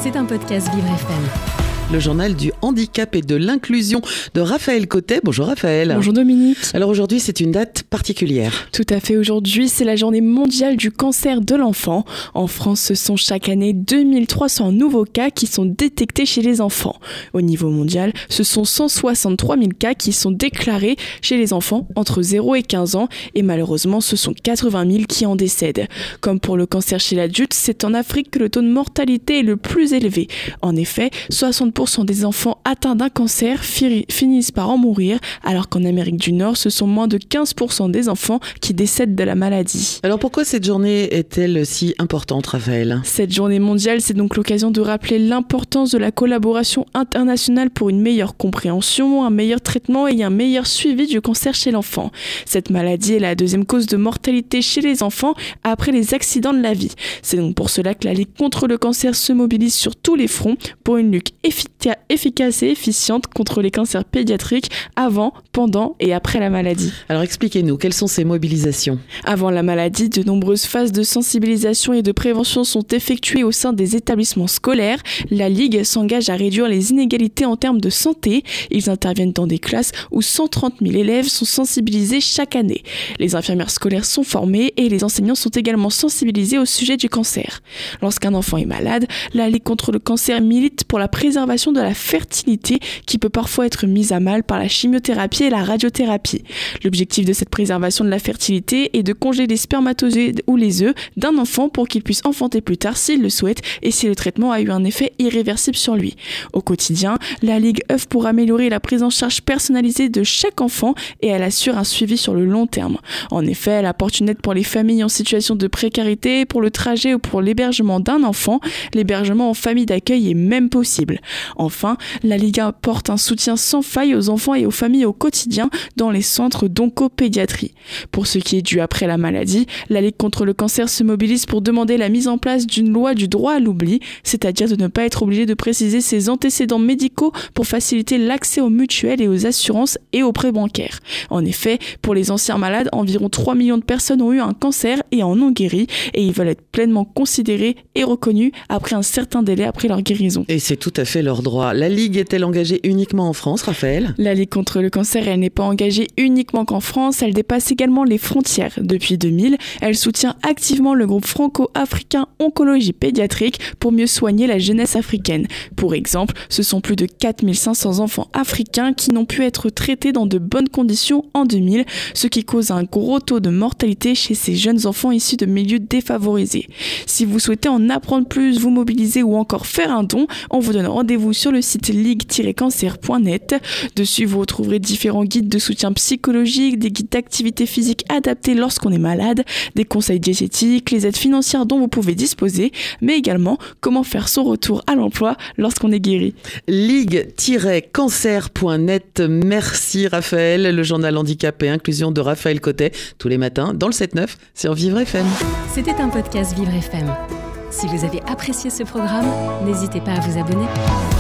C'est un podcast Vivre FM. Le journal du handicap et de l'inclusion de Raphaël Cotet. Bonjour Raphaël. Bonjour Dominique. Alors aujourd'hui, c'est une date particulière. Tout à fait, aujourd'hui, c'est la journée mondiale du cancer de l'enfant. En France, ce sont chaque année 2300 nouveaux cas qui sont détectés chez les enfants. Au niveau mondial, ce sont 163 000 cas qui sont déclarés chez les enfants entre 0 et 15 ans et malheureusement, ce sont 80 000 qui en décèdent. Comme pour le cancer chez l'adulte, c'est en Afrique que le taux de mortalité est le plus élevé. En effet, 60% des enfants atteints d'un cancer finissent par en mourir, alors qu'en Amérique du Nord, ce sont moins de 15% des enfants qui décèdent de la maladie. Alors pourquoi cette journée est-elle si importante, Raphaël ? Cette journée mondiale, c'est donc l'occasion de rappeler l'importance de la collaboration internationale pour une meilleure compréhension, un meilleur traitement et un meilleur suivi du cancer chez l'enfant. Cette maladie est la deuxième cause de mortalité chez les enfants après les accidents de la vie. C'est donc pour cela que la Ligue contre le cancer se mobilise sur tous les fronts pour une lutte efficace et efficiente contre les cancers pédiatriques avant, pendant et après la maladie. Alors expliquez-nous, quelles sont ces mobilisations ? Avant la maladie, de nombreuses phases de sensibilisation et de prévention sont effectuées au sein des établissements scolaires. La Ligue s'engage à réduire les inégalités en termes de santé. Ils interviennent dans des classes où 130 000 élèves sont sensibilisés chaque année. Les infirmières scolaires sont formées et les enseignants sont également sensibilisés au sujet du cancer. Lorsqu'un enfant est malade, la Ligue contre le cancer milite pour la préservation de la fertilité qui peut parfois être mise à mal par la chimiothérapie et la radiothérapie. L'objectif de cette préservation de la fertilité est de congeler les spermatozoïdes ou les œufs d'un enfant pour qu'il puisse enfanter plus tard s'il le souhaite et si le traitement a eu un effet irréversible sur lui. Au quotidien, la Ligue œuvre pour améliorer la prise en charge personnalisée de chaque enfant et elle assure un suivi sur le long terme. En effet, elle apporte une aide pour les familles en situation de précarité, pour le trajet ou pour l'hébergement d'un enfant. L'hébergement en famille d'accueil est même possible. Enfin, la Ligue apporte un soutien sans faille aux enfants et aux familles au quotidien dans les centres d'oncopédiatrie. Pour ce qui est dû après la maladie, la Ligue contre le cancer se mobilise pour demander la mise en place d'une loi du droit à l'oubli, c'est-à-dire de ne pas être obligé de préciser ses antécédents médicaux pour faciliter l'accès aux mutuelles et aux assurances et aux prêts bancaires. En effet, pour les anciens malades, environ 3 millions de personnes ont eu un cancer et en ont guéri et ils veulent être pleinement considérés et reconnus après un certain délai après leur guérison. Et c'est tout à fait leur droit. La Ligue est-elle engagée uniquement en France, Raphaël ? La Ligue contre le cancer, elle n'est pas engagée uniquement qu'en France, elle dépasse également les frontières. Depuis 2000, elle soutient activement le groupe franco-africain Oncologie pédiatrique pour mieux soigner la jeunesse africaine. Pour exemple, ce sont plus de 4500 enfants africains qui n'ont pu être traités dans de bonnes conditions en 2000, ce qui cause un gros taux de mortalité chez ces jeunes enfants issus de milieux défavorisés. Si vous souhaitez en apprendre plus, vous mobiliser ou encore faire un don, on vous donne rendez-vous sur le site ligue-cancer.net. Dessus, vous retrouverez différents guides de soutien psychologique, des guides d'activité physique adaptés lorsqu'on est malade, des conseils diététiques, les aides financières dont vous pouvez disposer, mais également comment faire son retour à l'emploi lorsqu'on est guéri. Ligue-cancer.net. Merci Raphaël. Le journal handicap et inclusion de Raphaël Cotet, tous les matins dans le 7-9 sur Vivre FM. C'était un podcast Vivre FM. Si vous avez apprécié ce programme, n'hésitez pas à vous abonner.